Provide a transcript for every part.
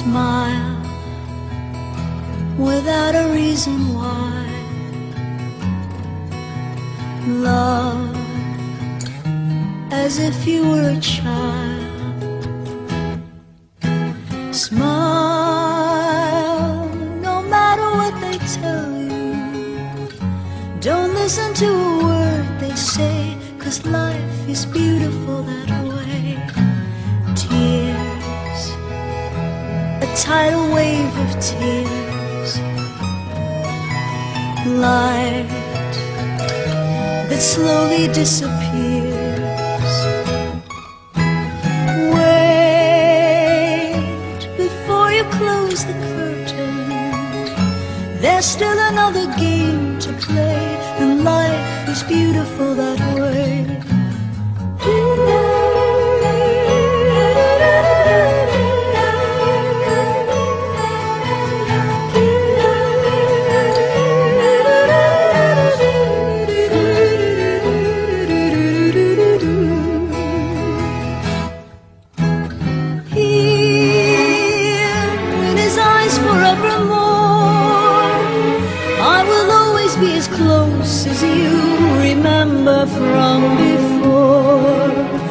smile without a reason why. Love as if you were a child. Smile no matter what they tell you. Don't listen to a word they say, 'cause life is beautiful that way. Tears, a tidal wave of tears. Light that slowly disappears. Wait before you close the curtain. There's still another game to play, and life is beautiful that way. Close as you remember from before.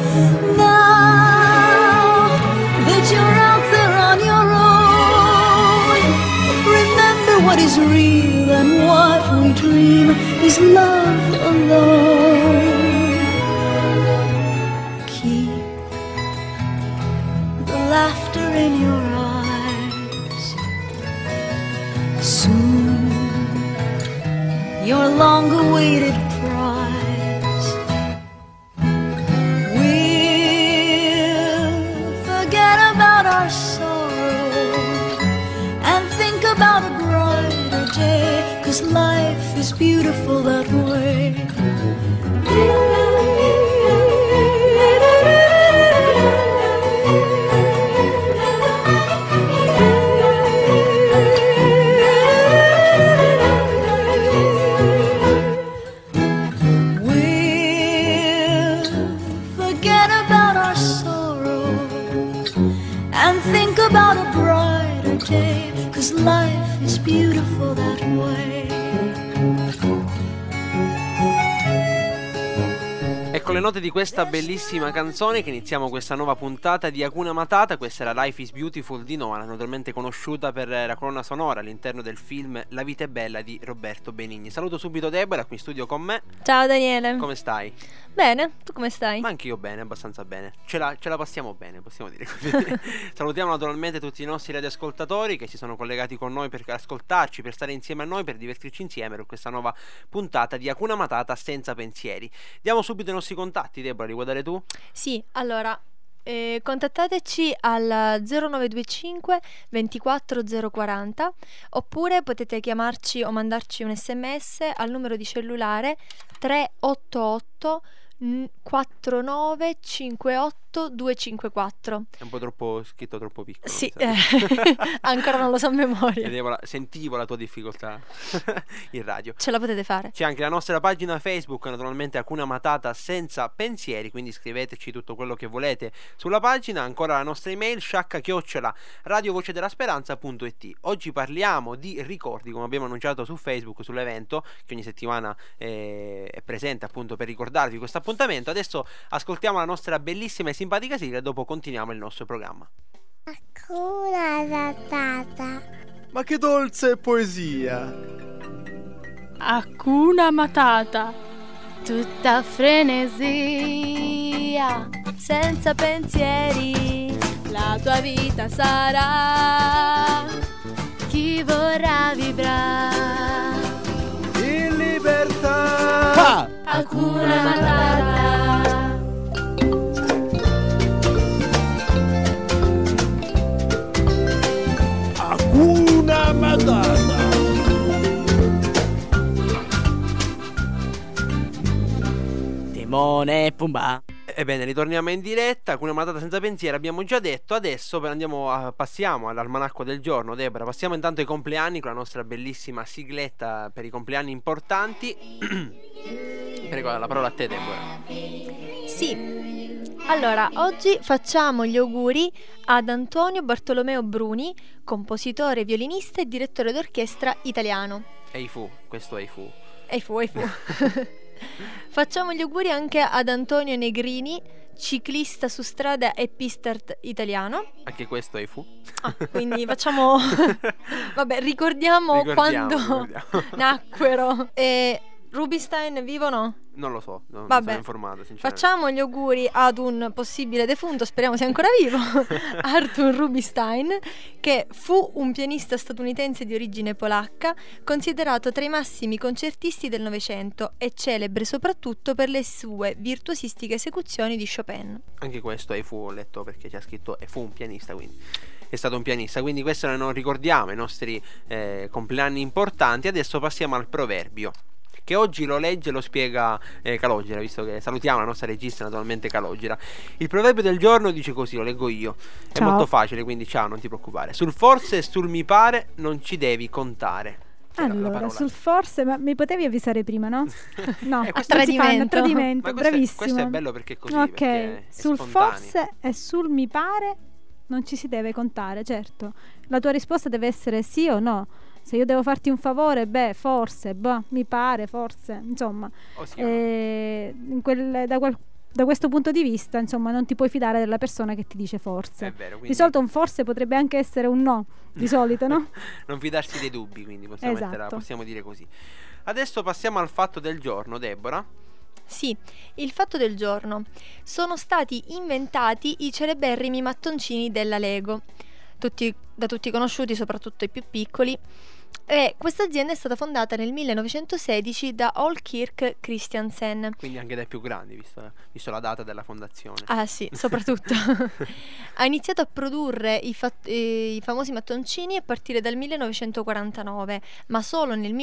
Now that you're out there on your own, remember what is real and what we dream is love alone. Keep the laughter in your eyes. Soon your long-awaited prize we'll forget about our sorrow and think about a brighter day, 'cause life is beautiful that way. About a brighter day, 'cause life is beautiful that way. Ecco le note di questa bellissima canzone che iniziamo questa nuova puntata di Hakuna Matata. Questa era Life is Beautiful di Noah, naturalmente conosciuta per la colonna sonora all'interno del film La vita è bella di Roberto Benigni. Saluto subito Deborah qui in studio con me. Ciao Daniele. Come stai? Bene, tu come stai? Ma anch'io bene, abbastanza bene. Ce la passiamo bene, possiamo dire così. Salutiamo naturalmente tutti i nostri radioascoltatori che si sono collegati con noi per ascoltarci, per stare insieme a noi, per divertirci insieme per questa nuova puntata di Hakuna Matata senza pensieri. Diamo subito i nostri contatti, Deborah, li vuoi dare tu? Sì, allora contattateci al 0925 24 040 oppure potete chiamarci o mandarci un sms al numero di cellulare 388 4958 254. È un po' troppo scritto, troppo piccolo. Sì, ancora non lo so a memoria. Sentivo la tua difficoltà in radio. Ce la potete fare. C'è anche la nostra pagina Facebook, naturalmente Hakuna Matata senza pensieri, quindi scriveteci tutto quello che volete sulla pagina. Ancora la nostra email sciacca@radiovocedellasperanza.it. Oggi parliamo di ricordi, come abbiamo annunciato su Facebook, sull'evento che ogni settimana è presente appunto per ricordarvi questo appuntamento. Adesso ascoltiamo la nostra bellissima e simpatica sigla e dopo continuiamo il nostro programma. Hakuna Matata. Ma che dolce poesia! Hakuna Matata, tutta frenesia, senza pensieri, la tua vita sarà. Chi vorrà vivrà in libertà. Hakuna Matata. Hakuna Matata. Timone e Pumba. Ebbene, ritorniamo in diretta. Hakuna Matata senza pensieri, abbiamo già detto. Adesso passiamo all'almanacco del giorno. Deborah, passiamo intanto ai compleanni con la nostra bellissima sigletta per i compleanni importanti. Prego, la parola a te, Deborah. Sì, Allora, oggi facciamo gli auguri ad Antonio Bartolomeo Bruni, compositore, violinista e direttore d'orchestra italiano. Eifu, questo è Eifu. Eifu. Facciamo gli auguri anche ad Antonio Negrini, ciclista su strada e pistart italiano. Anche questo è Eifu. Quindi facciamo... Vabbè, ricordiamo quando nacquero. E Rubinstein vivo o no? Non lo so, non Vabbè, sono informato sinceramente. Facciamo gli auguri ad un possibile defunto, speriamo sia ancora vivo, Arthur Rubinstein, che fu un pianista statunitense di origine polacca, considerato tra i massimi concertisti del Novecento e celebre soprattutto per le sue virtuosistiche esecuzioni di Chopin. Anche questo Eifu ho letto perché c'è scritto e fu un pianista, quindi è stato un pianista, quindi questo non ricordiamo i nostri compleanni importanti. Adesso passiamo al proverbio, che oggi lo legge e lo spiega Calogera, visto che salutiamo la nostra regista naturalmente Calogera. Il proverbio del giorno dice così, lo leggo io. È molto facile, quindi ciao, non ti preoccupare. Sul forse e sul mi pare non ci devi contare. Allora, sul forse, ma mi potevi avvisare prima, no? No, a tradimento. Ma bravissimo. Questo è bello perché è così. Ok, perché sul spontaneo. forse e sul mi pare non ci si deve contare, certo. La tua risposta deve essere sì o no. Se io devo farti un favore, forse, mi pare, forse, insomma. Sì, da questo punto di vista, insomma, non ti puoi fidare della persona che ti dice forse. È vero, quindi... Di solito un forse potrebbe anche essere un no, di solito, no? Non fidarsi dei dubbi, quindi possiamo dire così. Adesso passiamo al fatto del giorno, Deborah. Sì, il fatto del giorno. Sono stati inventati i celeberrimi mattoncini della Lego, da tutti conosciuti, soprattutto i più piccoli. E questa azienda è stata fondata nel 1916 da Ole Kirk Christiansen. Quindi anche dai più grandi, visto la data della fondazione. Ah sì, soprattutto. Ha iniziato a produrre i famosi mattoncini a partire dal 1949, ma solo nel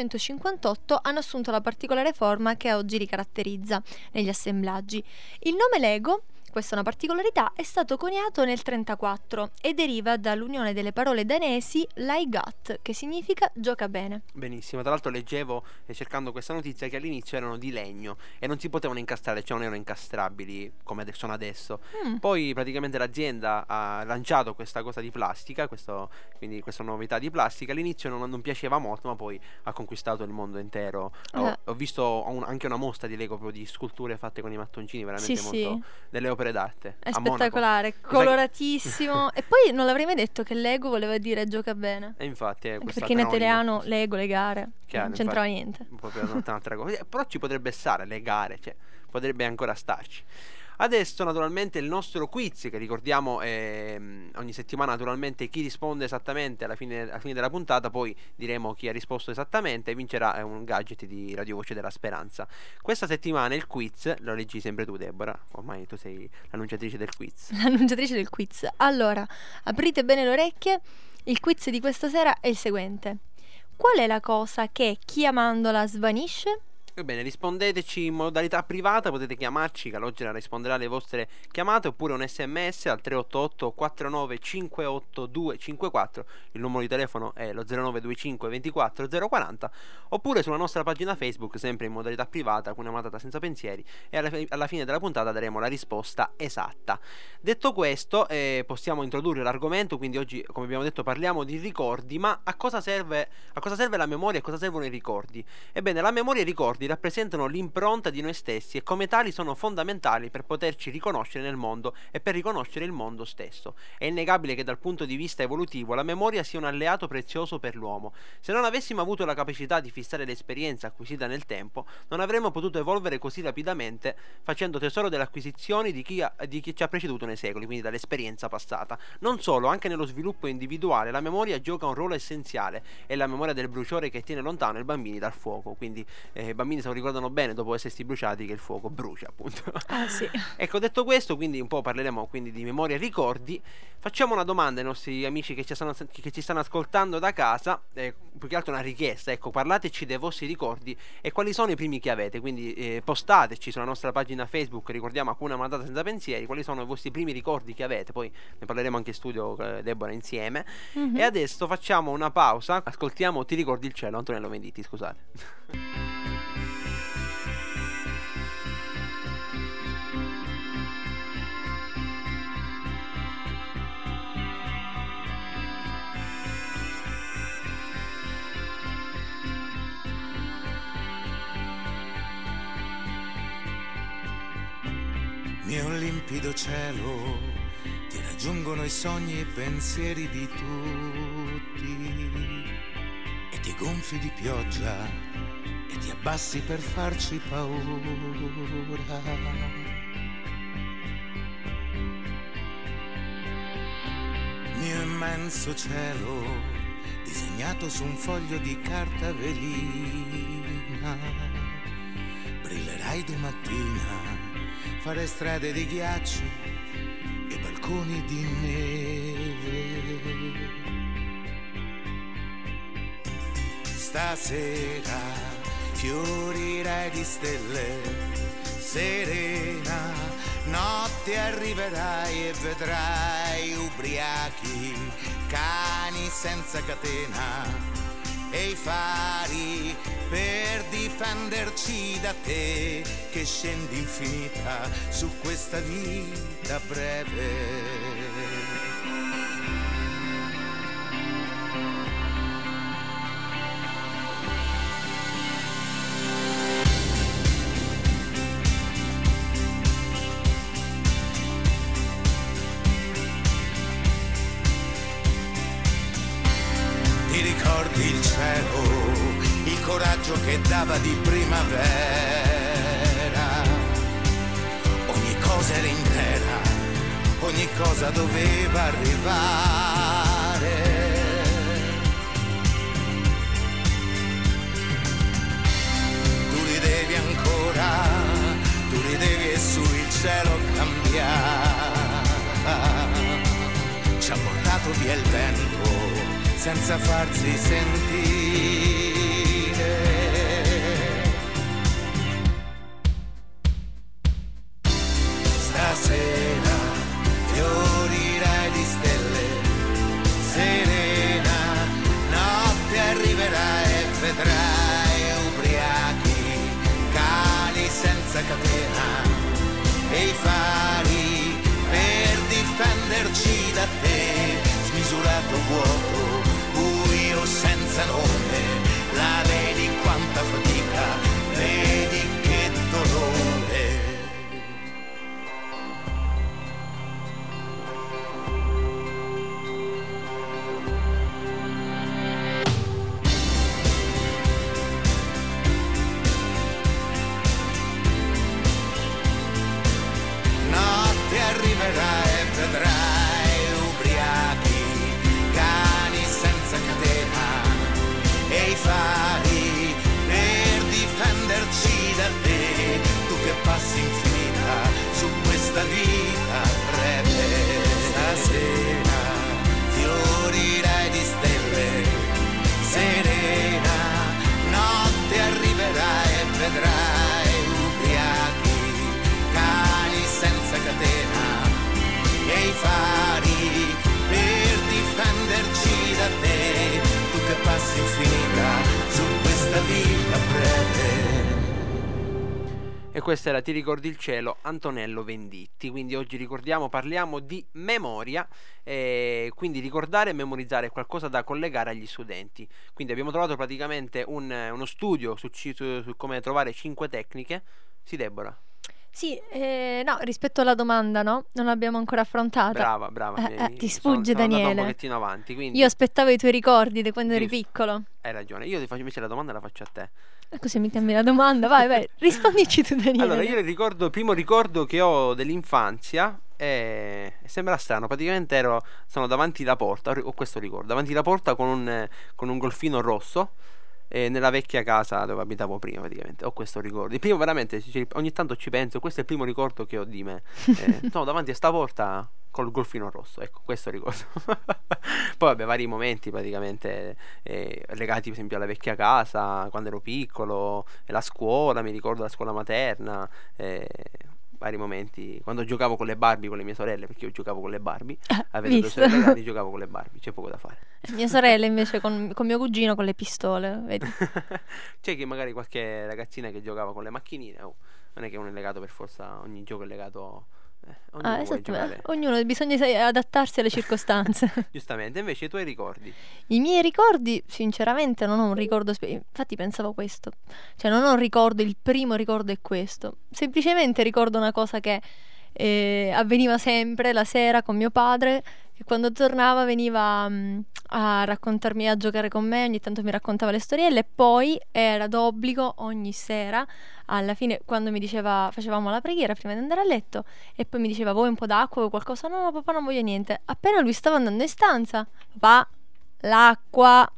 1958 hanno assunto la particolare forma che oggi li caratterizza negli assemblaggi. Il nome Lego, questa è una particolarità, è stato coniato nel 1934 e deriva dall'unione delle parole danesi Legat, che significa gioca bene. Benissimo, tra l'altro leggevo, cercando questa notizia, che all'inizio erano di legno e non si potevano incastrare, cioè non erano incastrabili come sono adesso. Poi praticamente l'azienda ha lanciato questa cosa di plastica, questa novità di plastica. All'inizio non piaceva molto, ma poi ha conquistato il mondo intero. Ho visto anche una mostra di Lego, proprio di sculture fatte con i mattoncini, veramente molto... delle opere d'arte. È spettacolare, coloratissimo. E poi non l'avrei mai detto che Lego voleva dire gioca bene. E infatti perché in italiano Lego, legare, non c'entrava niente. Proprio un'altra cosa. Però ci potrebbe stare, legare, cioè potrebbe ancora starci. Adesso naturalmente il nostro quiz, che ricordiamo ogni settimana, naturalmente chi risponde esattamente alla fine della puntata, poi diremo chi ha risposto esattamente e vincerà un gadget di Radio Voce della Speranza. Questa settimana il quiz lo leggi sempre tu, Deborah, ormai tu sei l'annunciatrice del quiz. L'annunciatrice del quiz. Allora, aprite bene le orecchie, il quiz di questa sera è il seguente. Qual è la cosa che chiamandola svanisce? Ebbene, rispondeteci in modalità privata, potete chiamarci, Calogera risponderà alle vostre chiamate, oppure un sms al 388 49 58 254, il numero di telefono è lo 0925 24 040, oppure sulla nostra pagina Facebook, sempre in modalità privata, con una matata senza pensieri, e alla fine della puntata daremo la risposta esatta. Detto questo, possiamo introdurre l'argomento, quindi oggi, come abbiamo detto, parliamo di ricordi, ma a cosa serve la memoria, a cosa servono i ricordi? Ebbene, la memoria e i ricordi rappresentano l'impronta di noi stessi e come tali sono fondamentali per poterci riconoscere nel mondo e per riconoscere il mondo stesso. È innegabile che dal punto di vista evolutivo la memoria sia un alleato prezioso per l'uomo. Se non avessimo avuto la capacità di fissare l'esperienza acquisita nel tempo, non avremmo potuto evolvere così rapidamente, facendo tesoro delle acquisizioni di chi ci ha preceduto nei secoli, quindi dall'esperienza passata. Non solo, anche nello sviluppo individuale la memoria gioca un ruolo essenziale. È la memoria del bruciore che tiene lontano i bambini dal fuoco, quindi i bambini se lo ricordano bene dopo essersi bruciati che il fuoco brucia, appunto. Ah sì. Ecco, detto questo, quindi un po' parleremo quindi di memoria e ricordi. Facciamo una domanda ai nostri amici che ci stanno ascoltando da casa, più che altro una richiesta, ecco, parlateci dei vostri ricordi e quali sono i primi che avete, quindi postateci sulla nostra pagina Facebook, ricordiamo Hakuna Matata senza pensieri, quali sono i vostri primi ricordi che avete, poi ne parleremo anche in studio Deborah insieme. E adesso facciamo una pausa, ascoltiamo Ti ricordi il cielo, Antonello Venditti, scusate. Mio limpido cielo, ti raggiungono i sogni e i pensieri di tutti, e ti gonfi di pioggia e ti abbassi per farci paura. Mio immenso cielo, disegnato su un foglio di carta velina, brillerai domattina, farai strade di ghiaccio e balconi di neve. Stasera fiorirai di stelle, serena, notte arriverai e vedrai ubriachi, cani senza catena e i fari per difenderci da te, che scendi infinita su questa vita breve. Ti ricordi il cielo, il coraggio che dava di primavera? Ogni cosa era intera, ogni cosa doveva arrivare. Tu ridevi ancora, tu ridevi e su il cielo cambiava. Ci ha portato via il vento senza farsi sentire. Stasera fiorirai di stelle, serena, notte arriverà e vedrai ubriachi, cani senza catena e i fari per difenderci da te, smisurato vuoto, senza nome, la vedi quanta fatica, vedi che dolore. Notte arriverà e vedrai ubriachi, cani senza catena e i fari per difenderci da te, tu che passi infinita su questa vita breve. Stasera fiorirai di stelle, serena, notte arriverà e vedrai ubriachi, cani senza catena e i fari per difenderci da te, che passi infinita su questa vita breve. E questa era Ti ricordi il cielo, Antonello Venditti. Quindi oggi parliamo di memoria, quindi ricordare e memorizzare è qualcosa da collegare agli studenti. Quindi abbiamo trovato praticamente uno studio su come trovare 5 tecniche. Sì, Deborah? Sì, no, rispetto alla domanda, no? Non l'abbiamo ancora affrontata. Brava. Ti sfugge, sono Daniele. andato un pochettino avanti, quindi... Io aspettavo i tuoi ricordi di quando eri Giusto. piccolo. Hai ragione, io ti faccio invece la domanda, la faccio a te. E così mi cambi la domanda, vai, rispondici tu, Daniele. Allora, io il primo ricordo che ho dell'infanzia sembra strano, praticamente sono davanti la porta, ho questo ricordo, davanti la porta con un golfino rosso, nella vecchia casa dove abitavo prima, praticamente ho questo ricordo. Il primo, veramente, ogni tanto ci penso, questo è il primo ricordo che ho di me. Sono davanti a sta porta col golfino rosso, ecco, questo ricordo. Poi vabbè, vari momenti praticamente legati per esempio alla vecchia casa quando ero piccolo, e la scuola, mi ricordo la scuola materna, vari momenti quando giocavo con le Barbie, con le mie sorelle, perché io giocavo con le Barbie, avevo 2 sorelle grandi, giocavo con le Barbie, c'è poco da fare. Mia sorella invece con mio cugino con le pistole, vedi? C'è che magari qualche ragazzina che giocava con le macchinine, non è che uno è legato per forza, ogni gioco è legato, ognuno vuole giocare. Ognuno, bisogna adattarsi alle circostanze. Giustamente. Invece i tuoi ricordi? I miei ricordi, sinceramente, non ho un ricordo infatti pensavo questo, cioè non ho un ricordo, il primo ricordo è questo, semplicemente ricordo una cosa che avveniva sempre la sera con mio padre, e quando tornava veniva a raccontarmi, a giocare con me, ogni tanto mi raccontava le storielle, e poi era d'obbligo ogni sera, alla fine, quando mi diceva, facevamo la preghiera prima di andare a letto, e poi mi diceva: vuoi un po' d'acqua o qualcosa? No, papà, non voglio niente. Appena lui stava andando in stanza: papà, l'acqua.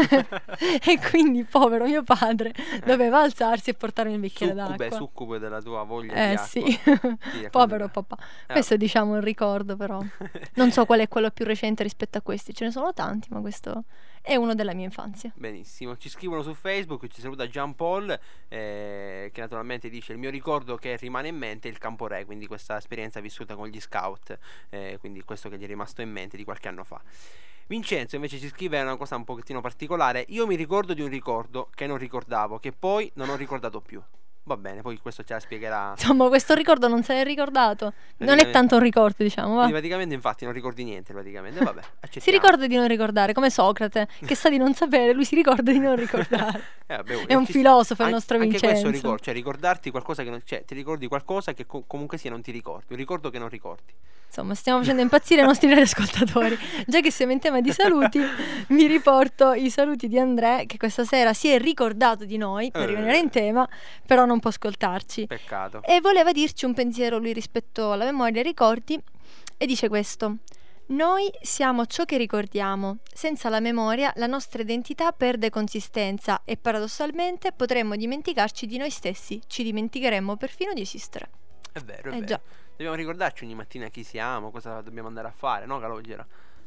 E quindi povero mio padre doveva alzarsi e portarmi il bicchiere d'acqua. Succube della tua voglia di acqua. Sì. Povero papà. Questo è, diciamo, un ricordo, però non so qual è quello più recente rispetto a questi, ce ne sono tanti, ma questo è uno della mia infanzia. Benissimo, ci scrivono su Facebook, ci saluta Gian Paul, che naturalmente dice: il mio ricordo che rimane in mente è il Campo Re, quindi questa esperienza vissuta con gli scout, quindi questo che gli è rimasto in mente di qualche anno fa. Vincenzo invece ci scrive una cosa un pochettino particolare: io mi ricordo di un ricordo che non ricordavo, che poi non ho ricordato più. Va bene, poi questo ce la spiegherà. Insomma, questo ricordo non se l'è ricordato. Non è tanto un ricordo, diciamo, va. Praticamente, infatti, non ricordi niente, praticamente. Vabbè, si ricorda di non ricordare, come Socrate, che sa di non sapere, lui si ricorda di non ricordare. Vabbè, è un filosofo il nostro Vincenzo. Anche questo ricordo, cioè ricordarti qualcosa che non, cioè ti ricordi qualcosa che comunque sia non ti ricordi, un ricordo che non ricordi. Insomma, stiamo facendo impazzire i nostri radioascoltatori. Già che siamo in tema di saluti, vi riporto i saluti di Andrea, che questa sera si è ricordato di noi per rimanere in tema, però non può ascoltarci. Peccato. E voleva dirci un pensiero lui rispetto alla memoria e ai ricordi, e dice questo: noi siamo ciò che ricordiamo. Senza la memoria la nostra identità perde consistenza e paradossalmente potremmo dimenticarci di noi stessi, ci dimenticheremmo perfino di esistere. È vero, è vero. Già. Dobbiamo ricordarci ogni mattina chi siamo, cosa dobbiamo andare a fare, no, Calogera?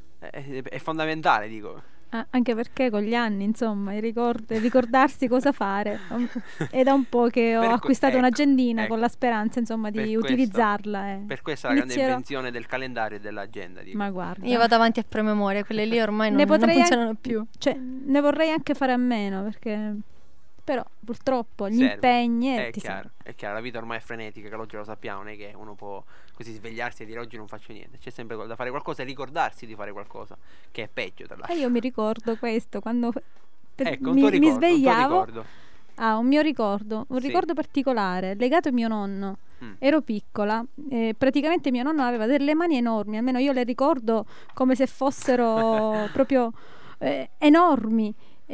È fondamentale, dico. Anche perché con gli anni, insomma, ricordarsi cosa fare. È da un po' che ho acquistato un'agendina con la speranza, insomma, di utilizzarla. Per questa la grande invenzione del calendario e dell'agenda, dico. Ma guarda, io vado avanti a promemoria, quelle lì ormai non funzionano più. Cioè, ne vorrei anche fare a meno, perché però purtroppo gli impegni è chiaro, la vita ormai è frenetica, che oggi lo sappiamo, non è che uno può così svegliarsi e dire oggi non faccio niente, c'è sempre da fare qualcosa e ricordarsi di fare qualcosa, che è peggio tra l'altro. Io mi ricordo questo quando mi svegliavo. Un mio ricordo, ricordo particolare legato a mio nonno. Ero piccola, praticamente mio nonno aveva delle mani enormi, almeno io le ricordo come se fossero proprio enormi.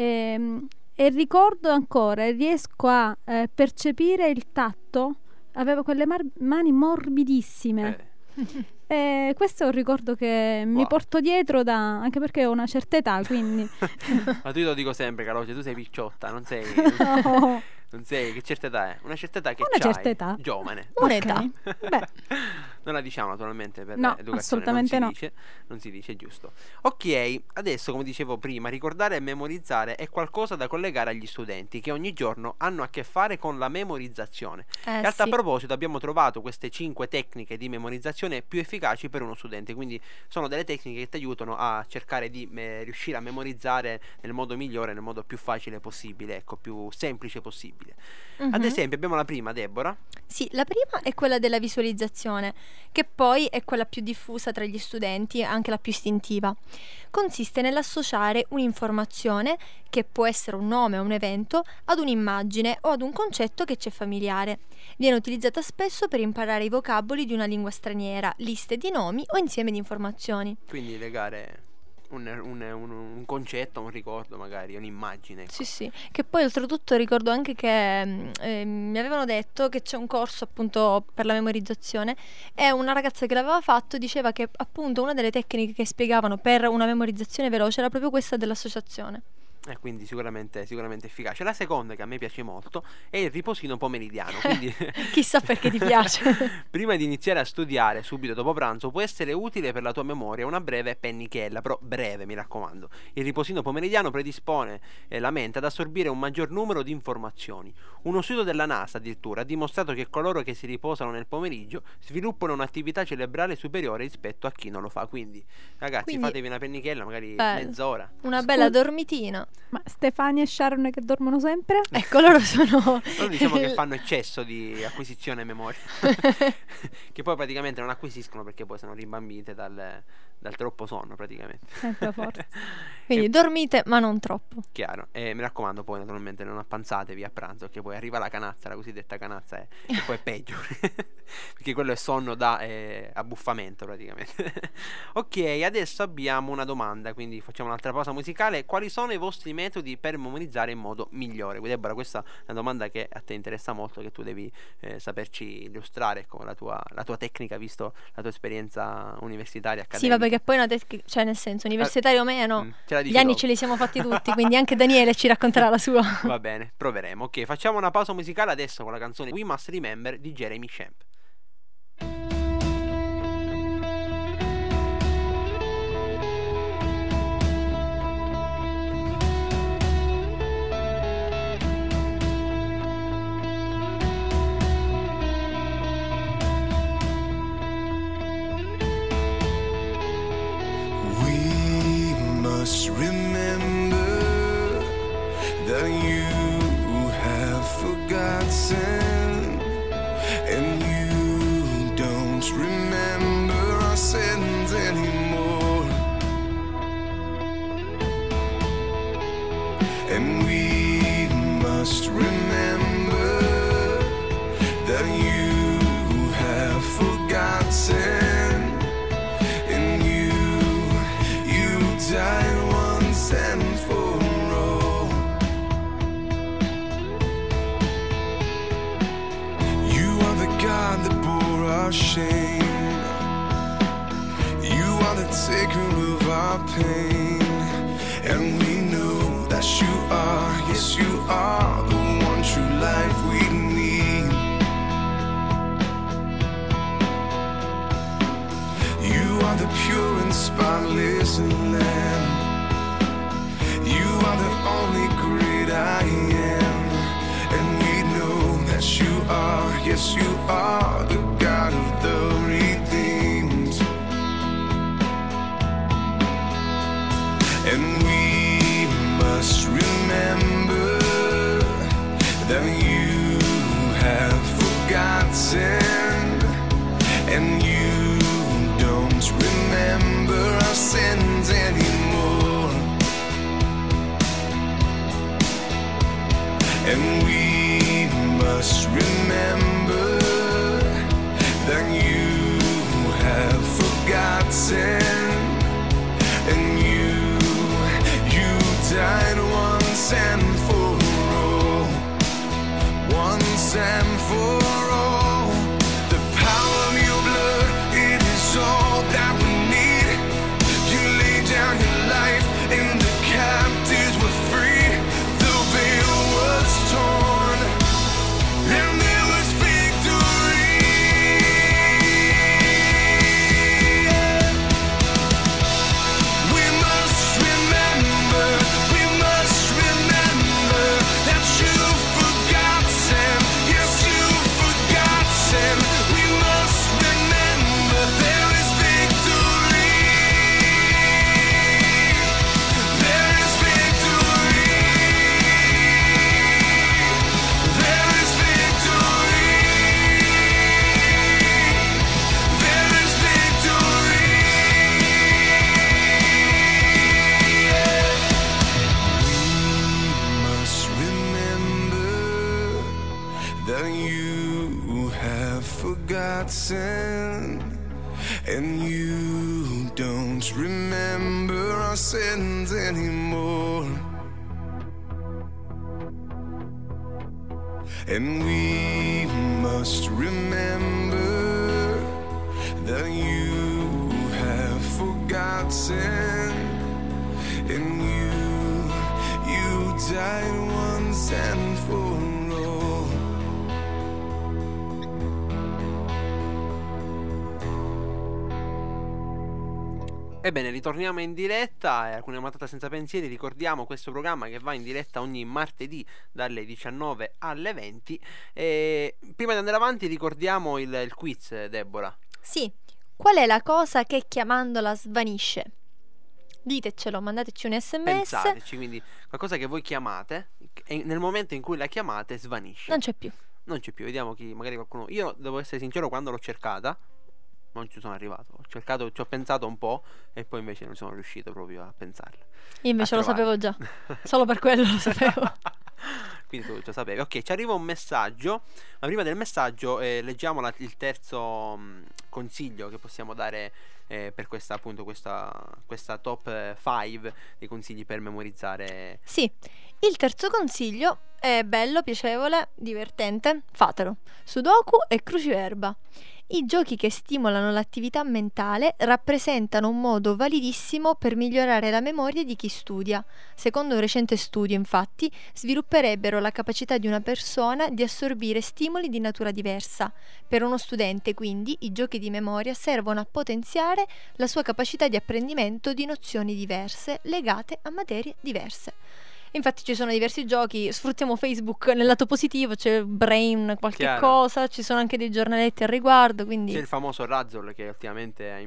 E ricordo ancora, riesco a percepire il tatto, aveva quelle mani morbidissime. Questo è un ricordo che mi porto dietro anche perché ho una certa età, quindi. Ma tu lo dico sempre, Calogero, tu sei picciotta, non sei. Non sei, che certa età è? Una certa età che c'hai? Una certa età. Giovane. Un'età. Beh. Non la diciamo naturalmente per no, educazione. Assolutamente Non si dice, giusto. Ok, adesso come dicevo prima, ricordare e memorizzare è qualcosa da collegare agli studenti che ogni giorno hanno a che fare con la memorizzazione. E a tal proposito abbiamo trovato queste 5 tecniche di memorizzazione più efficaci per uno studente, quindi sono delle tecniche che ti aiutano a cercare di riuscire a memorizzare nel modo migliore, nel modo più facile possibile, ecco, più semplice possibile. Ad esempio abbiamo la prima, Deborah. Sì, la prima è quella della visualizzazione, che poi è quella più diffusa tra gli studenti, anche la più istintiva. Consiste nell'associare un'informazione, che può essere un nome o un evento, ad un'immagine o ad un concetto che ci è familiare. Viene utilizzata spesso per imparare i vocaboli di una lingua straniera, liste di nomi o insieme di informazioni. Quindi legare un concetto, un ricordo, magari un'immagine, ecco. Sì, che poi oltretutto ricordo anche che mi avevano detto che c'è un corso appunto per la memorizzazione, e una ragazza che l'aveva fatto diceva che appunto una delle tecniche che spiegavano per una memorizzazione veloce era proprio questa dell'associazione. Quindi sicuramente efficace. La seconda, che a me piace molto, è il riposino pomeridiano. Quindi chissà perché ti piace. Prima di iniziare a studiare subito dopo pranzo può essere utile per la tua memoria una breve pennichella, però breve, mi raccomando. Il riposino pomeridiano predispone la mente ad assorbire un maggior numero di informazioni. Uno studio della NASA addirittura ha dimostrato che coloro che si riposano nel pomeriggio sviluppano un'attività cerebrale superiore rispetto a chi non lo fa. Quindi ragazzi, fatevi una pennichella, magari mezz'ora. Una bella dormitina. Ma Stefania e Sharon che dormono sempre? Ecco, loro sono... Loro diciamo che fanno eccesso di acquisizione memoria. Che poi praticamente non acquisiscono perché poi sono rimbambite dal troppo sonno praticamente. Sempre forza. Quindi dormite ma non troppo. Chiaro. E mi raccomando poi naturalmente non appanzatevi a pranzo, perché poi arriva la canazza, la cosiddetta canazza, e poi è peggio. Perché quello è sonno da abbuffamento praticamente. Ok, adesso abbiamo una domanda, quindi facciamo un'altra pausa musicale. Quali sono i vostri metodi per memorizzare in modo migliore? Deborah, questa è una domanda che a te interessa molto, che tu devi saperci illustrare con la tua tecnica, visto la tua esperienza universitaria accademica. Sì, vabbè, che poi una cioè nel senso universitario o meno, gli anni dopo. ce li siamo fatti tutti, quindi anche Daniele ci racconterà la sua. Va bene, proveremo. Ok, facciamo una pausa musicale adesso con la canzone We Must Remember di Jeremy Champ. Remember that you have forgotten, and you don't remember our sins anymore, and we must remember that you have forgotten, and you died once and for all. You are the God that bore our shame. You are the taker of our pain. And we know that you are, yes you are, the one true life we need. You are the pure and spotless Lamb. You are the only great I am. And we know that you are, yes you are, the God of the redeemed. And we must remember that you have forgotten, and you don't remember our sins anymore, and we must remember that you have forgotten, and you died once and for all, once and for all. The power of your blood, it is all that we need. You laid down your life and the captives were free. The veil was torn and there was victory. We must remember that you've forgotten. Yes, you've forgotten. We must remember there is victory. There is victory. There is victory. There is victory. We must remember that you have forgotten, and you don't remember our sins anymore, and we must remember that you have forgotten, and you died once and for all. Ebbene, ritorniamo in diretta e Hakuna Matata senza pensieri. Ricordiamo questo programma che va in diretta ogni martedì dalle 19 alle 20. E prima di andare avanti ricordiamo il quiz, Deborah. Sì, qual è la cosa che chiamandola svanisce? ditecelo, mandateci un sms. Pensateci, quindi qualcosa che voi chiamate e nel momento in cui la chiamate svanisce. Non c'è più. Non c'è più, vediamo chi, magari qualcuno. Io devo essere sincero, quando l'ho cercata non ci sono arrivato. Ho cercato, ci ho pensato un po' e poi invece non sono riuscito proprio a pensarla. Io invece lo sapevo già. Solo per quello lo sapevo. Quindi tu lo sapevi. Ok, ci arriva un messaggio. Ma prima del messaggio leggiamo il terzo consiglio che possiamo dare per questa, appunto, questa top 5 dei consigli per memorizzare. Sì, il terzo consiglio è bello, piacevole, divertente. Fatelo. Sudoku e cruciverba. I giochi che stimolano l'attività mentale rappresentano un modo validissimo per migliorare la memoria di chi studia. Secondo un recente studio, infatti, svilupperebbero la capacità di una persona di assorbire stimoli di natura diversa. Per uno studente, quindi, i giochi di memoria servono a potenziare la sua capacità di apprendimento di nozioni diverse legate a materie diverse. Infatti ci sono diversi giochi, sfruttiamo Facebook nel lato positivo, c'è Brain qualche cosa, ci sono anche dei giornaletti al riguardo, quindi... C'è il famoso Razzle che ultimamente ha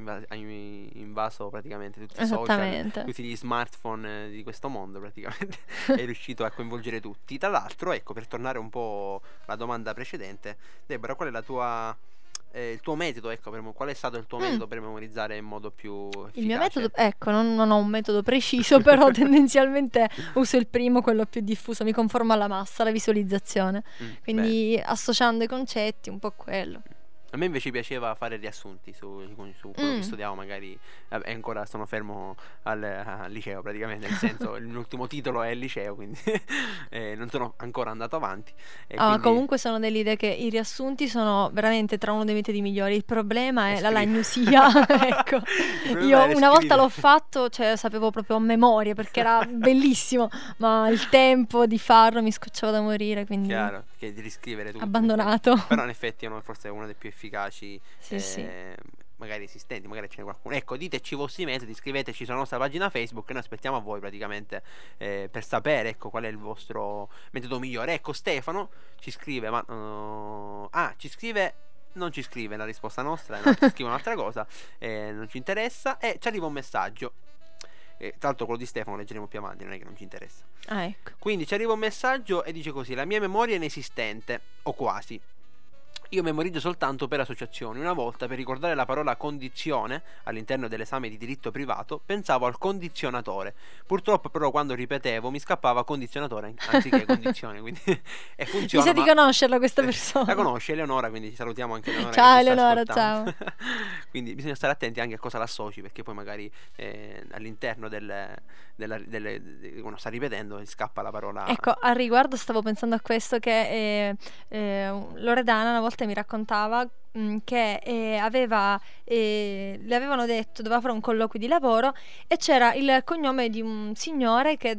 invaso praticamente tutti i social, tutti gli smartphone di questo mondo praticamente, è riuscito a coinvolgere tutti. Tra l'altro, ecco, per tornare un po' alla domanda precedente, Deborah, qual è la tua... il tuo metodo, ecco, qual è stato il tuo metodo per memorizzare in modo più efficace? Il mio metodo, ecco, non ho un metodo preciso, però tendenzialmente uso il primo, quello più diffuso, mi conformo alla massa, la visualizzazione, quindi associando i concetti, un po' quello. A me invece piaceva fare riassunti su quello che studiavo, magari ancora sono fermo al liceo praticamente, nel senso l'ultimo titolo è il liceo, quindi non sono ancora andato avanti. Quindi... Comunque sono dell'idea che i riassunti sono veramente tra uno dei metodi migliori, il problema è la lagnosia. Ecco, io una volta l'ho fatto, cioè sapevo proprio a memoria perché era bellissimo, ma il tempo di farlo mi scocciava da morire, quindi... Chiaro, che di riscrivere tutto. Abbandonato. Però in effetti forse è uno dei più efficaci sì. Magari esistenti, magari ce n'è qualcuno. Ecco, diteci i vostri metodi, scriveteci sulla nostra pagina Facebook e noi aspettiamo a voi praticamente per sapere, ecco, qual è il vostro metodo migliore. Ecco, Stefano ci scrive, ma ci scrive, non ci scrive la risposta nostra, no, ci scrive un'altra cosa, non ci interessa, e ci arriva un messaggio. Tra l'altro quello di Stefano leggeremo più avanti, non è che non ci interessa. Ecco. Quindi ci arriva un messaggio e dice così: la mia memoria è inesistente, o quasi. Io memorizzo soltanto per associazioni. Una volta, per ricordare la parola condizione all'interno dell'esame di diritto privato, pensavo al condizionatore. Purtroppo però quando ripetevo mi scappava condizionatore anziché condizione, quindi e funziona. Mi sa di conoscerla questa persona. La conosce Eleonora, quindi ci salutiamo anche Eleonora. Ciao Eleonora, ciao. Quindi bisogna stare attenti anche a cosa l'associ, perché poi magari all'interno quando sta ripetendo scappa la parola. Ecco, al riguardo stavo pensando a questo, che Loredana una volta mi raccontava che le avevano detto doveva fare un colloquio di lavoro e c'era il cognome di un signore che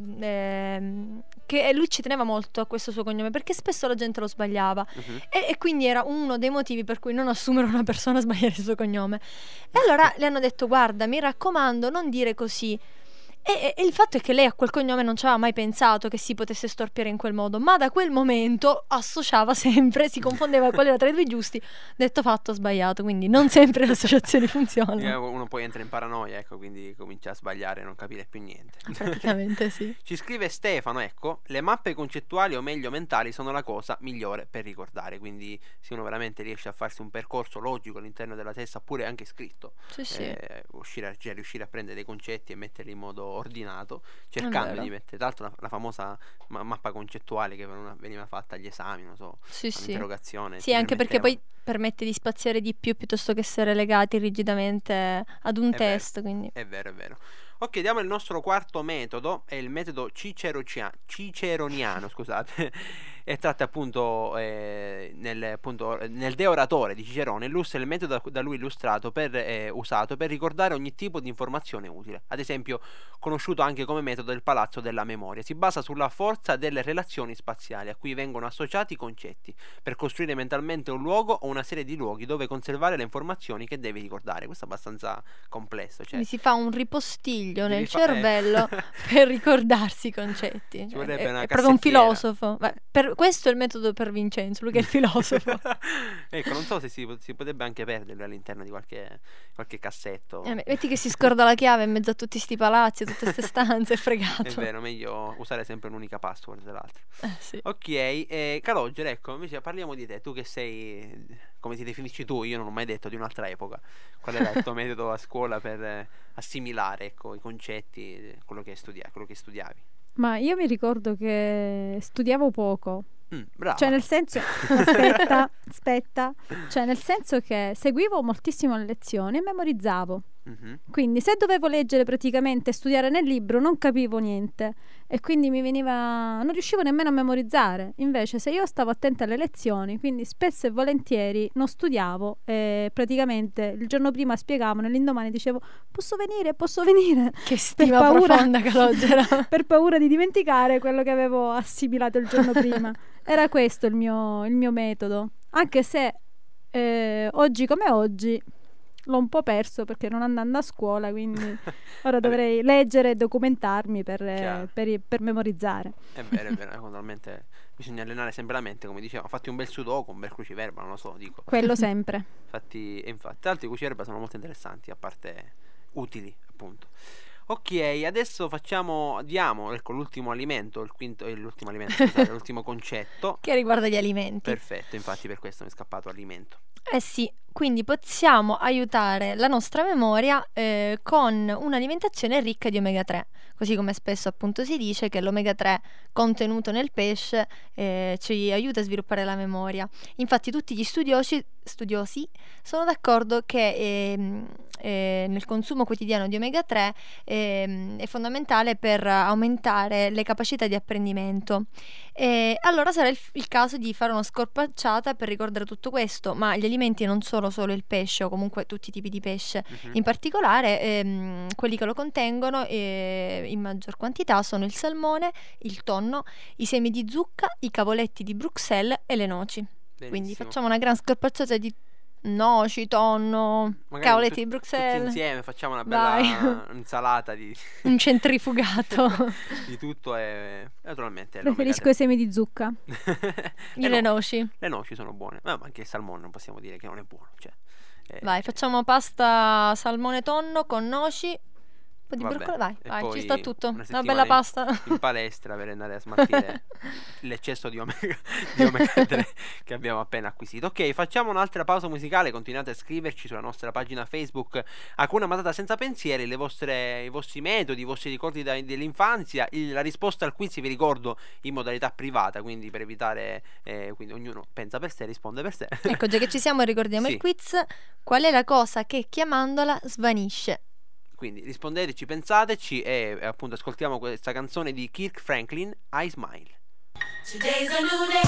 lui ci teneva molto a questo suo cognome perché spesso la gente lo sbagliava e quindi era uno dei motivi per cui non assumere una persona a sbagliare il suo cognome. E allora le hanno detto: guarda, mi raccomando, non dire così. E il fatto è che lei a quel cognome non ci aveva mai pensato che si potesse storpiare in quel modo, ma da quel momento associava sempre, si confondeva qual era tra i due giusti, detto fatto, sbagliato, quindi non sempre le associazioni funzionano. Uno poi entra in paranoia, ecco, quindi comincia a sbagliare e non capire più niente. Praticamente sì. Ci scrive Stefano, ecco, le mappe concettuali o meglio mentali sono la cosa migliore per ricordare, quindi se uno veramente riesce a farsi un percorso logico all'interno della testa, oppure anche scritto, riuscire a prendere dei concetti e metterli in modo ordinato, cercando di mettere, tra l'altro la famosa mappa concettuale che veniva fatta agli esami, non so, all'interrogazione. Sì, anche perché poi permette di spaziare di più piuttosto che essere legati rigidamente ad un testo. Quindi è vero. Ok, diamo il nostro quarto metodo, è il metodo ciceroniano, scusate, e tratta appunto nel De Oratore di Cicerone, illustra il metodo da lui illustrato usato per ricordare ogni tipo di informazione utile, ad esempio conosciuto anche come metodo del palazzo della memoria. Si basa sulla forza delle relazioni spaziali a cui vengono associati i concetti per costruire mentalmente un luogo o una serie di luoghi dove conservare le informazioni che devi ricordare. Questo è abbastanza complesso, cioè si fa un ripostiglio nel cervello per ricordarsi i concetti, ci vorrebbe una è proprio un filosofo. Questo è il metodo per Vincenzo, lui che è il filosofo. Ecco, non so se si potrebbe anche perderlo all'interno di qualche cassetto. Metti che si scorda la chiave in mezzo a tutti sti palazzi, tutte queste stanze, è fregato. È vero, meglio usare sempre un'unica password dell'altro. Sì. Ok, Calogero, ecco, invece parliamo di te. Tu che sei, come ti definisci tu? Io non ho mai detto di un'altra epoca. Qual era il tuo metodo a scuola per assimilare, ecco, i concetti, quello che studiavi? Ma io mi ricordo che studiavo poco. Brava. Cioè nel senso aspetta, cioè nel senso che seguivo moltissimo le lezioni e memorizzavo. Quindi se dovevo leggere praticamente e studiare nel libro non capivo niente e quindi non riuscivo nemmeno a memorizzare. Invece se io stavo attenta alle lezioni, quindi spesso e volentieri non studiavo e praticamente il giorno prima spiegavano e l'indomani dicevo posso venire? Che stima profonda, Calogero. Per paura di dimenticare quello che avevo assimilato il giorno prima. Era questo il mio metodo, anche se oggi come oggi l'ho un po' perso perché non andando a scuola, quindi ora dovrei leggere e documentarmi per memorizzare. È vero, naturalmente bisogna allenare sempre la mente, come dicevamo. Fatti un bel sudoku, un bel cruciverba, non lo so, dico. Quello sempre. Infatti, tra l'altro i cruciverba sono molto interessanti, a parte utili, appunto. Ok, adesso diamo ecco, l'ultimo concetto che riguarda gli alimenti. Perfetto, infatti per questo mi è scappato alimento. Sì, quindi possiamo aiutare la nostra memoria con un'alimentazione ricca di omega 3, così come spesso appunto si dice che l'omega 3 contenuto nel pesce ci aiuta a sviluppare la memoria. Infatti tutti gli studiosi sono d'accordo che nel consumo quotidiano di omega 3 è fondamentale per aumentare le capacità di apprendimento. Allora sarà il caso di fare una scorpacciata per ricordare tutto questo, ma gli alimenti non sono solo il pesce o comunque tutti i tipi di pesce, in particolare quelli che lo contengono in maggior quantità sono il salmone, il tonno, i semi di zucca, i cavoletti di Bruxelles e le noci. Benissimo. Quindi facciamo una gran scorpacciata di noci, tonno, magari cavoletti di Bruxelles. Tutti insieme facciamo una bella insalata di un centrifugato di tutto e naturalmente preferisco i semi di zucca. Io le noci. Le noci sono buone, ma anche il salmone non possiamo dire che non è buono, cioè, vai, facciamo pasta salmone tonno con noci, un po' di broccoli, vai, ci sta tutto. Una bella pasta in palestra per andare a smaltire l'eccesso di omega 3 che abbiamo appena acquisito. Ok, facciamo un'altra pausa musicale. Continuate a scriverci sulla nostra pagina Facebook Hakuna Matata senza pensieri, i vostri metodi, i vostri ricordi dell'infanzia. La risposta al quiz vi ricordo in modalità privata, quindi per evitare quindi ognuno pensa per sé, risponde per sé. Ecco, già che ci siamo ricordiamo il quiz. Qual è la cosa che chiamandola svanisce? Quindi rispondeteci, pensateci e appunto ascoltiamo questa canzone di Kirk Franklin, I Smile. Today's a new day,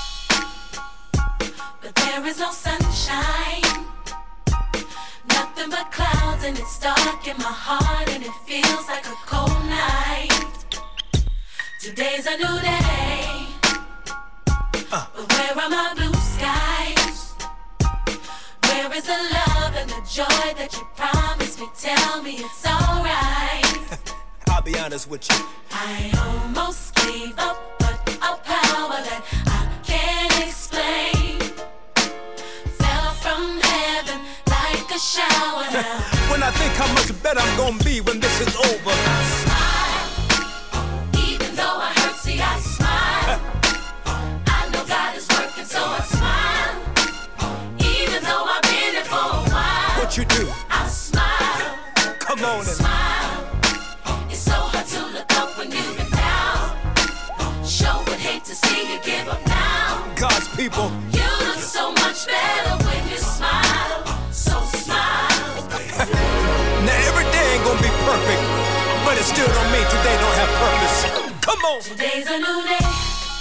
but there is no sunshine. Nothing but clouds and it's dark in my heart and it feels like a cold night. Today's a new day, but where are my blue skies? Where is the love and the joy that you promised me? Tell me it's alright. I'll be honest with you. I almost gave up, but a power that I can't explain fell from heaven like a shower now. When I think how much better I'm gonna be when this is over, I smile, even though I hurt, see I smile. I know God is working, so I smile. Even though I've been here for a while, what you do? I smile. Come on and smile. It's so hard to look up when you've been down. Sure would hate to see you give up now. God's people, you look so much better when you smile. So smile. Now every day ain't gonna be perfect, but it still don't mean today don't have purpose. Come on. Today's a new day,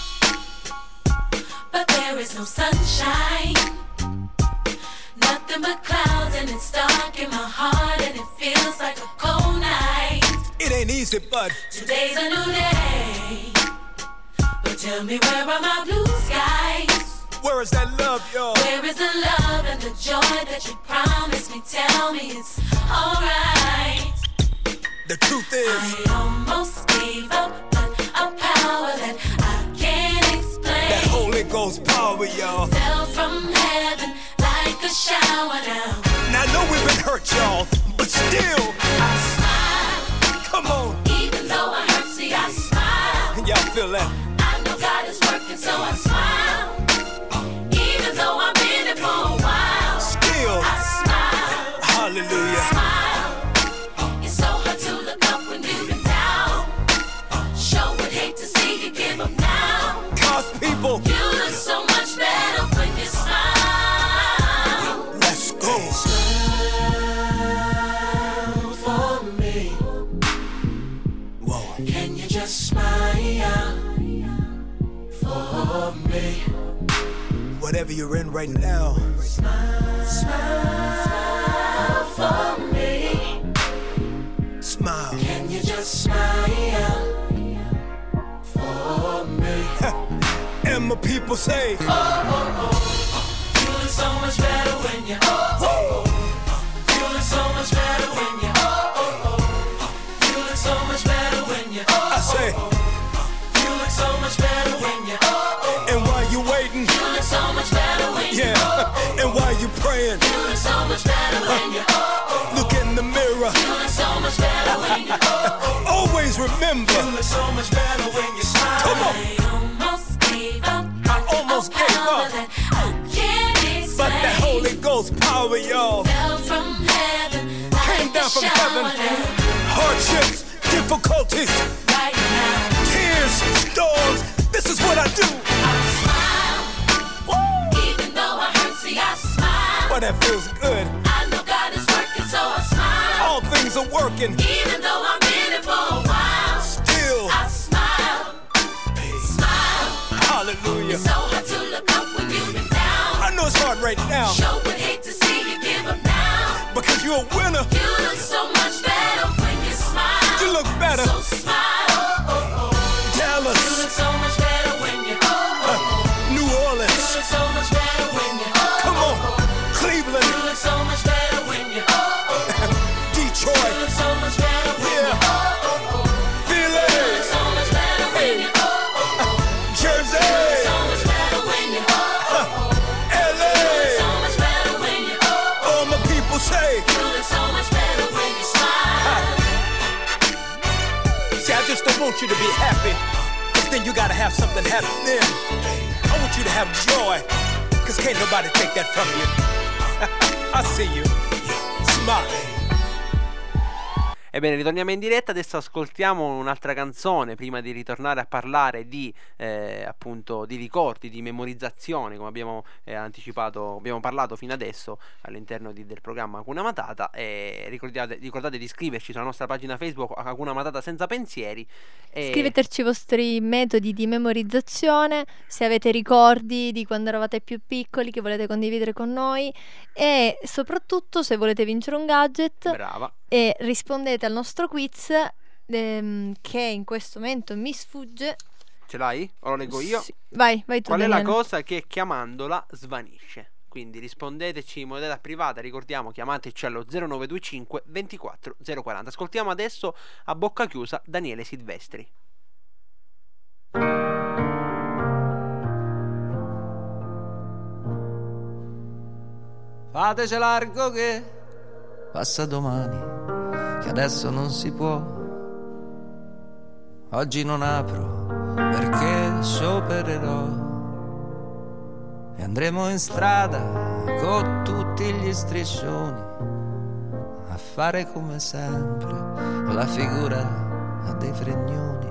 but there is no sunshine. Nothing but clouds and it's dark in my heart and it feels like a cold night. It ain't easy, but today's a new day. But tell me, where are my blue skies? Where is that love, y'all? Where is the love and the joy that you promised me? Tell me it's alright. The truth is, I almost gave up, but a power that I can't explain shower now. Now I know we've been hurt, y'all, but still I smile. Come on. Even though I hurt, see I smile. Y'all feel that? I know God is working, so I smile. Even though I've been it for a while. Still I smile. Hallelujah. Smile. It's so hard to look up when you've been down. Sure would hate to see you give up now. Cause people, you look so much better when you smile. Let's go. Smile for me. Whoa. Can you just smile for me? Whatever you're in right now, Smile, smile for me. smile. Can you just smile for me? And my people say, Oh, oh, oh. You look so much better when you oh, oh, oh. You look so much better when you oh, oh, oh. You look so much better when you oh, I say, oh, oh. You look so much better when you oh, oh, oh. and while you waiting, You look so much better when you yeah, oh, oh, oh. and while you praying, You look so much better when you oh, oh, oh. look in the mirror. You look so much better when you oh, oh, oh. Always remember, You look so much better when you smile. Come on. I almost gave up. I almost gave up, That I can't explain. but that Holy Ghost power, y'all, Fell from heaven, came down from heaven. Hardships, difficulties, right now. tears, storms. This is what I do. I smile. Even though I hurt, see I smile. But that feels good. I know God is working, so I smile. All things are working. Even though I'm in it for a while, Still, I smile. Smile. hallelujah. It's so hard to look up when you've been down. I know it's hard right now, Sure would hate to see you give up now. because you're a winner. You look so much better when you smile. You look better. So smile. You Dallas, look so much better when you New You Orleans, look so much better when you come on, You Cleveland, look so much better when you You Detroit, look so much better when yeah, you Philly, look so much better when you Jersey, so much better when you LA. so much better when you All my people say, You look so much better when you smile. see, I just don't want you to be happy, cause then you gotta have something happen then. I want you to have joy, cause can't nobody take that from you. I see you. Smile. Ebbene, ritorniamo in diretta, adesso ascoltiamo un'altra canzone prima di ritornare a parlare di appunto di ricordi, di memorizzazione, come abbiamo anticipato, abbiamo parlato fino adesso all'interno del programma Hakuna Matata. E ricordate di iscriverci sulla nostra pagina Facebook Hakuna Matata senza pensieri. Scriveteci i vostri metodi di memorizzazione, se avete ricordi di quando eravate più piccoli che volete condividere con noi, e soprattutto se volete vincere un gadget. Brava. E rispondete al nostro quiz che in questo momento mi sfugge. Ce l'hai? O lo leggo io? Sì. Vai tu. Qual è la Daniele. cosa che chiamandola svanisce? Quindi rispondeteci in modalità privata, ricordiamo, chiamateci allo 0925 24 040. Ascoltiamo adesso a bocca chiusa Daniele Silvestri. Fateci largo che passa domani, che adesso non si può. Oggi non apro perché sciopererò e andremo in strada con tutti gli striscioni a fare come sempre la figura dei fregnoni.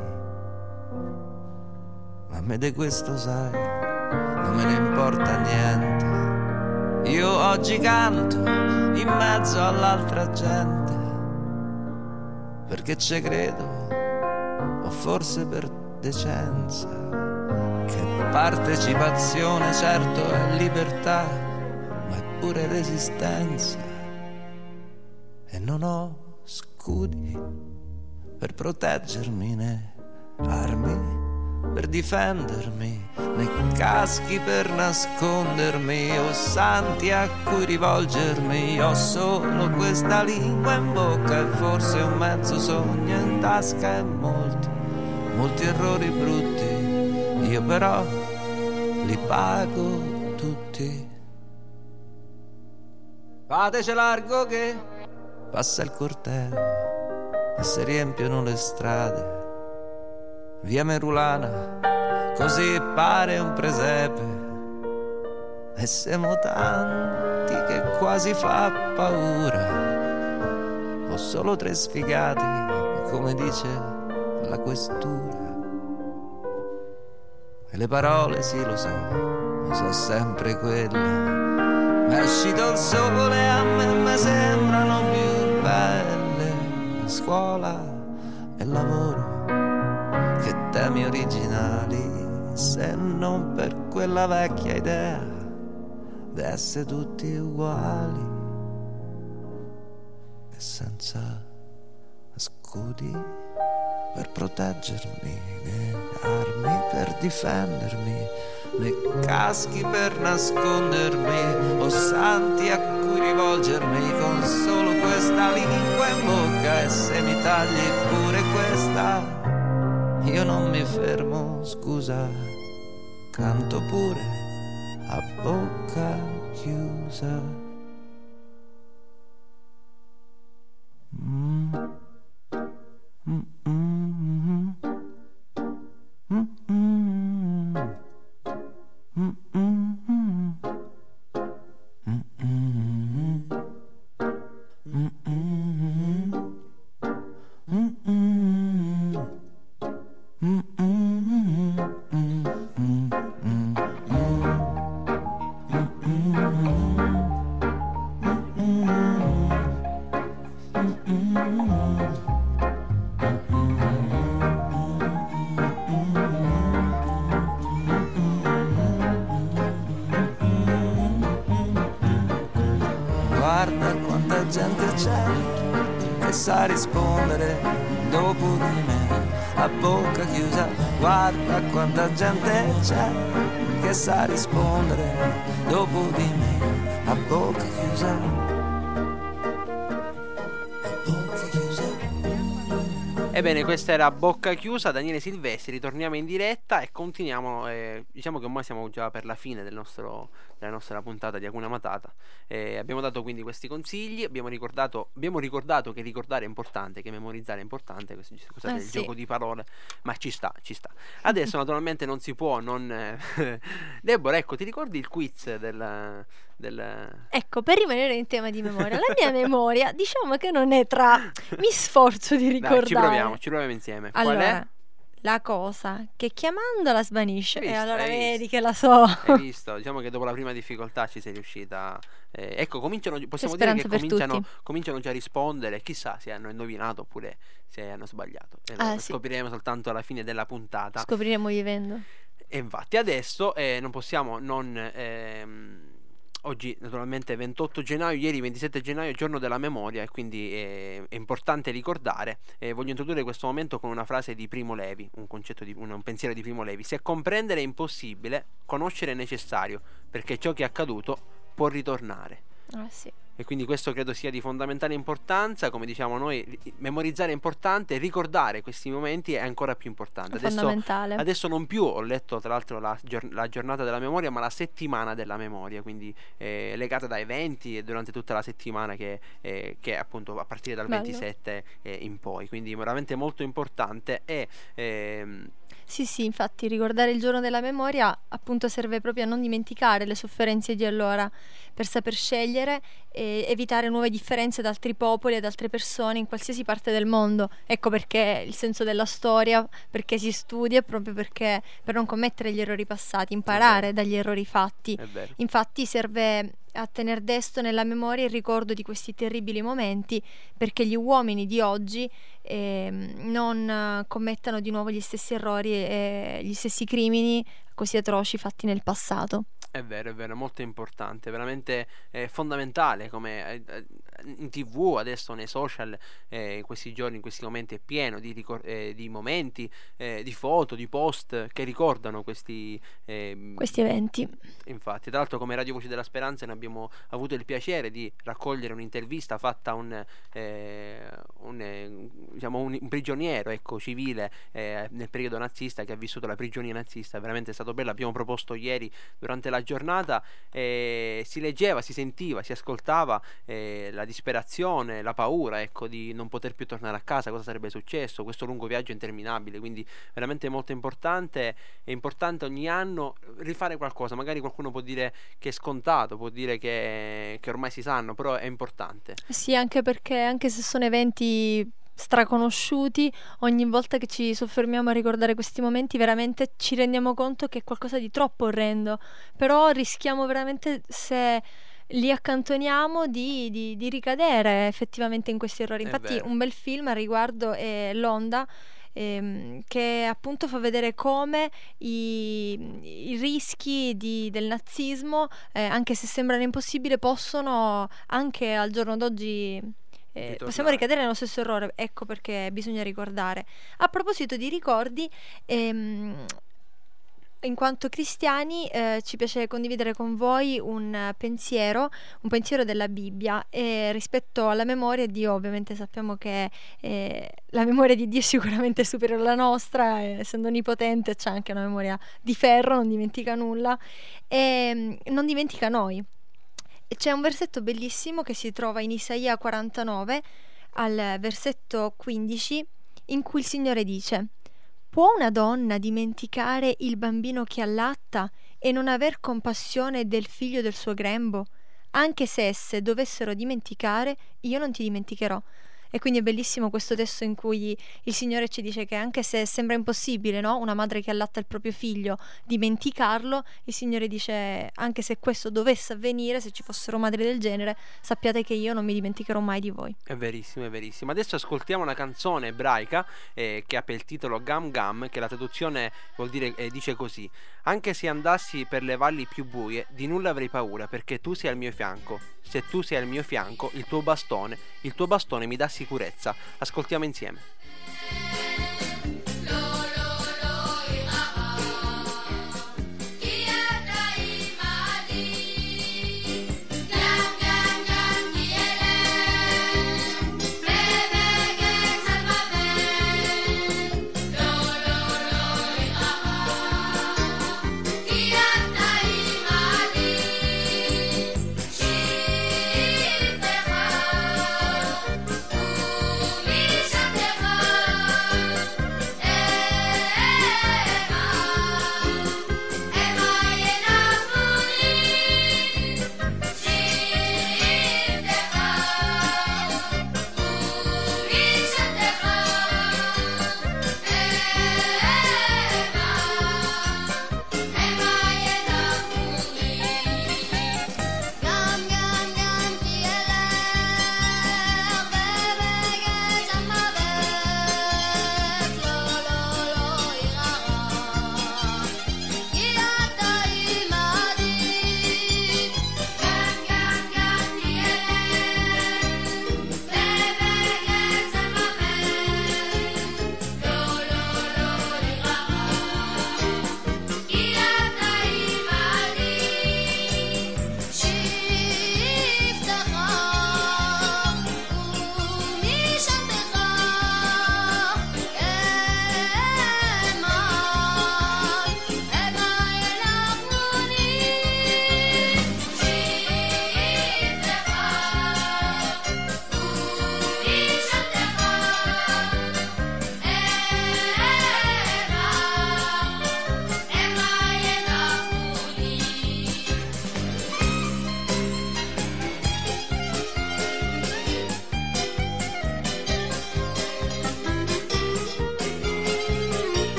Ma a me di questo sai, non me ne importa niente. Io oggi canto in mezzo all'altra gente perché ci credo, o forse per decenza, che partecipazione certo è libertà, ma è pure resistenza. E non ho scudi per proteggermi né armi per difendermi, né caschi per nascondermi, o santi a cui rivolgermi. Ho solo questa lingua in bocca e forse un mezzo sogno in tasca e molti errori brutti. Io però li pago tutti. Fateci largo che passa il corteo e si riempiono le strade. Via Merulana, così pare un presepe. E siamo tanti che quasi fa paura. Ho solo 3 sfigati, come dice la questura. E le parole, sì lo so sempre quelle. Ma è uscito il sole, a me mi sembrano più belle scuola e lavoro che temi originali, se non per quella vecchia idea d'essere tutti uguali e senza scudi per proteggermi, né armi per difendermi, né caschi per nascondermi, o santi a cui rivolgermi con solo questa lingua in bocca. E se mi tagli pure questa, io non mi fermo, scusa, canto pure a bocca chiusa. Guarda quanta gente c'è che sa rispondere dopo di me a bocca chiusa. Guarda quanta gente c'è che sa rispondere dopo di me a bocca chiusa. Ebbene, questa era Bocca Chiusa, Daniele Silvestri. Ritorniamo in diretta e continuiamo. Diciamo che ormai siamo già per la fine della nostra puntata di Hakuna Matata. Abbiamo dato quindi questi consigli. Abbiamo ricordato che ricordare è importante, che memorizzare è importante. Scusate il gioco di parole, ma ci sta. Adesso naturalmente non si può non Deborah, ecco, ti ricordi il quiz del... Ecco, per rimanere in tema di memoria, la mia memoria diciamo che non è tra mi sforzo di ricordare. Dai, ci proviamo insieme. Allora, qual è? La cosa che chiamandola svanisce. Hai visto, allora hai vedi visto. che la so. Hai visto? Diciamo che dopo la prima difficoltà ci sei riuscita. Ecco, possiamo dire che cominciano già a rispondere. Chissà se hanno indovinato oppure se hanno sbagliato. Lo scopriremo soltanto alla fine della puntata. Scopriremo vivendo. E infatti adesso non possiamo non... Oggi naturalmente è 28 gennaio, ieri 27 gennaio, giorno della memoria, e quindi è importante ricordare. Voglio introdurre questo momento con una frase di Primo Levi, un pensiero di Primo Levi. Se comprendere è impossibile, conoscere è necessario, perché ciò che è accaduto può ritornare. Sì. E quindi questo credo sia di fondamentale importanza. Come diciamo noi, memorizzare è importante, ricordare questi momenti è ancora più importante. Adesso non più, ho letto tra l'altro la giornata della memoria, ma la settimana della memoria, quindi legata da eventi e durante tutta la settimana che appunto a partire dal 27 in poi, quindi veramente molto importante. Sì, infatti ricordare il giorno della memoria appunto serve proprio a non dimenticare le sofferenze di allora, per saper scegliere e evitare nuove differenze da altri popoli ed altre persone in qualsiasi parte del mondo. Ecco perché il senso della storia, perché si studia, proprio perché per non commettere gli errori passati, imparare dagli errori fatti. Infatti serve a tener desto nella memoria il ricordo di questi terribili momenti, perché gli uomini di oggi non commettano di nuovo gli stessi errori e gli stessi crimini così atroci fatti nel passato. È vero, molto importante, veramente fondamentale, come in TV, adesso nei social, in questi giorni, in questi momenti è pieno di momenti, di foto, di post che ricordano questi eventi. Infatti, tra l'altro come Radio Voci della Speranza ne abbiamo avuto il piacere di raccogliere un'intervista fatta a un prigioniero, ecco, civile nel periodo nazista, che ha vissuto la prigionia nazista. Veramente è stato bello, abbiamo proposto ieri durante la giornata, si leggeva, si sentiva, si ascoltava la disperazione, la paura, ecco, di non poter più tornare a casa, cosa sarebbe successo, questo lungo viaggio interminabile. Quindi veramente molto importante. È importante ogni anno rifare qualcosa. Magari qualcuno può dire che è scontato, può dire che ormai si sanno, però è importante. Sì, anche perché, anche se sono eventi straconosciuti, ogni volta che ci soffermiamo a ricordare questi momenti veramente ci rendiamo conto che è qualcosa di troppo orrendo, però rischiamo veramente, se li accantoniamo, di ricadere effettivamente in questi errori. Infatti un bel film a riguardo è L'Onda, che appunto fa vedere come i rischi del nazismo, anche se sembrano impossibili, possono anche al giorno d'oggi possiamo ricadere nello stesso errore. Ecco perché bisogna ricordare. A proposito di ricordi, in quanto cristiani, ci piace condividere con voi un pensiero della Bibbia, e rispetto alla memoria di Dio, ovviamente sappiamo che la memoria di Dio è sicuramente superiore alla nostra, essendo onnipotente c'ha anche una memoria di ferro, non dimentica nulla e non dimentica noi. C'è un versetto bellissimo che si trova in Isaia 49 al versetto 15, in cui il Signore dice: «Può una donna dimenticare il bambino che allatta e non aver compassione del figlio del suo grembo? Anche se esse dovessero dimenticare, io non ti dimenticherò». E quindi è bellissimo questo testo in cui il Signore ci dice che anche se sembra impossibile, no? Una madre che allatta il proprio figlio, dimenticarlo, il Signore dice: anche se questo dovesse avvenire, se ci fossero madri del genere, sappiate che io non mi dimenticherò mai di voi. È verissimo, è verissimo. Adesso ascoltiamo una canzone ebraica che ha per il titolo Gam Gam, che la traduzione vuol dire, dice così: anche se andassi per le valli più buie, di nulla avrei paura, perché tu sei al mio fianco. Se tu sei al mio fianco, il tuo bastone mi dà sicurezza. Ascoltiamo insieme. Shitecha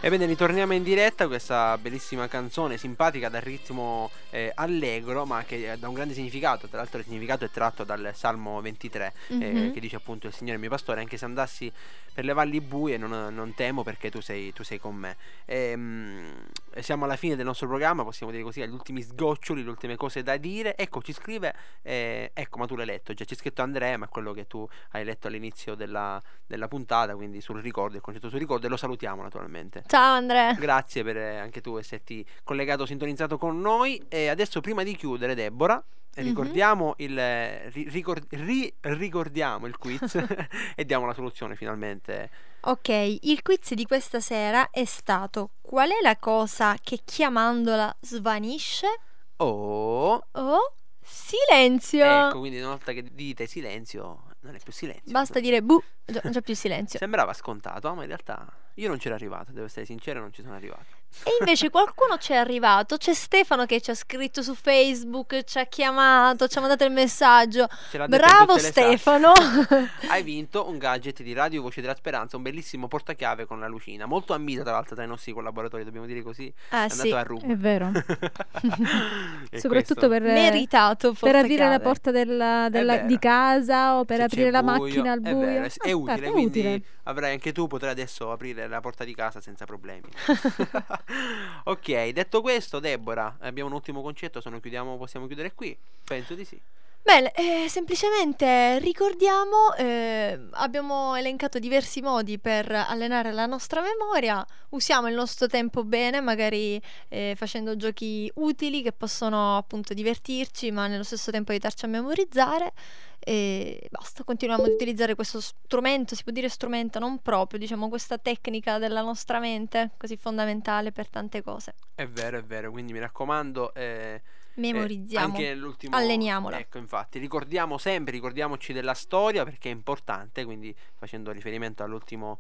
Ebbene, ritorniamo in diretta. Questa bellissima canzone, simpatica, dal ritmo allegro, ma che ha un grande significato. Tra l'altro il significato è tratto dal Salmo 23, che dice appunto: il Signore è mio pastore, anche se andassi per le valli buie non temo, perché tu sei con me. Siamo alla fine del nostro programma, possiamo dire così, agli ultimi sgoccioli, le ultime cose da dire. Ecco, ci scrive, ecco, ma tu l'hai letto già, c'è scritto Andrea, ma è quello che tu hai letto all'inizio della puntata, quindi sul ricordo, il concetto sul ricordo, e lo salutiamo naturalmente. Ciao Andrea. Grazie per anche tu esserti collegato, sintonizzato con noi. E adesso, prima di chiudere, Deborah, ricordiamo ricordiamo il quiz e diamo la soluzione finalmente. Ok, il quiz di questa sera è stato: qual è la cosa che chiamandola svanisce? Oh, silenzio. Ecco, quindi una volta che dite silenzio non è più silenzio. Basta dire bu, non c'è più silenzio. Sembrava scontato, ma in realtà io non c'ero arrivato, devo essere sincero, non ci sono arrivato. E invece qualcuno c'è arrivato. C'è Stefano che ci ha scritto su Facebook, ci ha chiamato, ci ha mandato il messaggio. Bravo Stefano. Hai vinto un gadget di Radio Voce della Speranza, un bellissimo portachiave con la lucina, molto ambito tra l'altro tra i nostri collaboratori, dobbiamo dire così. È andato a ruba. È vero. Soprattutto per meritato per aprire la porta di casa, o per aprire la macchina al buio. È utile, quindi avrai anche tu, potrai adesso aprire la porta di casa senza problemi. Ok, detto questo, Deborah, abbiamo un ultimo concetto, possiamo chiudere qui? Penso di sì. Bene, semplicemente ricordiamo, abbiamo elencato diversi modi per allenare la nostra memoria. Usiamo il nostro tempo bene, magari facendo giochi utili che possono appunto divertirci, ma nello stesso tempo aiutarci a memorizzare. E basta, continuiamo ad utilizzare questo strumento, si può dire strumento, non proprio, diciamo, questa tecnica della nostra mente, così fondamentale per tante cose. È vero, quindi mi raccomando, memorizziamo, anche l'ultimo, alleniamola. Ecco, infatti, ricordiamoci della storia, perché è importante, quindi facendo riferimento all'ultimo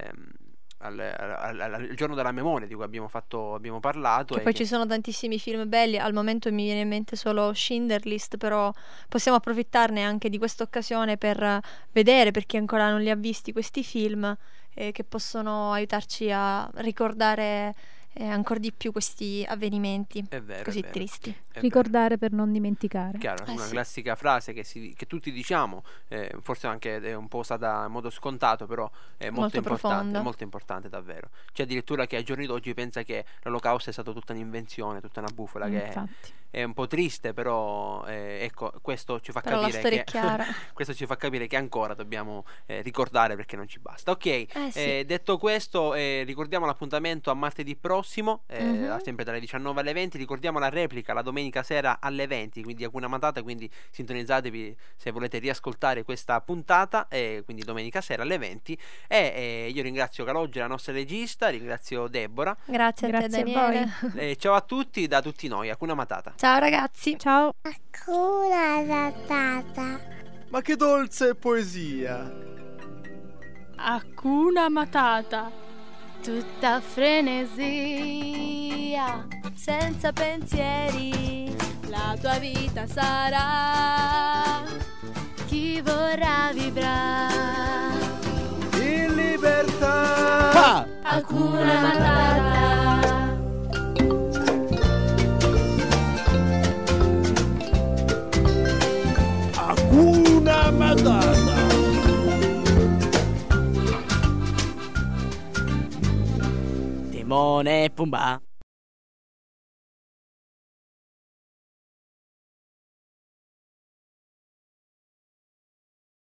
al giorno della memoria di cui abbiamo parlato. Che poi ci sono tantissimi film belli. Al momento mi viene in mente solo Schindler's List, però possiamo approfittarne anche di questa occasione per vedere, per chi ancora non li ha visti, questi film che possono aiutarci a ricordare ancora di più questi avvenimenti così tristi. Ricordare per non dimenticare. Chiaro, una classica frase che tutti diciamo, forse anche è un po' usata in modo scontato, però è molto importante davvero. C'è addirittura chi ai giorni d'oggi pensa che l'Olocausto è stata tutta un'invenzione, tutta una bufala, che è un po' triste, però ecco, questo ci fa capire la storia è chiara. Questo ci fa capire che ancora dobbiamo ricordare, perché non ci basta. Ok, detto questo, ricordiamo l'appuntamento a martedì prossimo, sempre dalle 19 alle 20. Ricordiamo la replica la domenica sera alle 20, quindi Hakuna Matata, quindi sintonizzatevi se volete riascoltare questa puntata, quindi domenica sera alle 20. E io ringrazio Calogero, la nostra regista, ringrazio Deborah. Grazie a te, Daniele. A voi. Ciao a tutti da tutti noi, Hakuna Matata. Ciao ragazzi. Ciao. Hakuna Matata. Ma che dolce poesia! Hakuna Matata, tutta frenesia, senza pensieri, la tua vita sarà, chi vorrà vivrà In libertà! Hakuna Matata. Hakuna Matata! Timone e Pumba.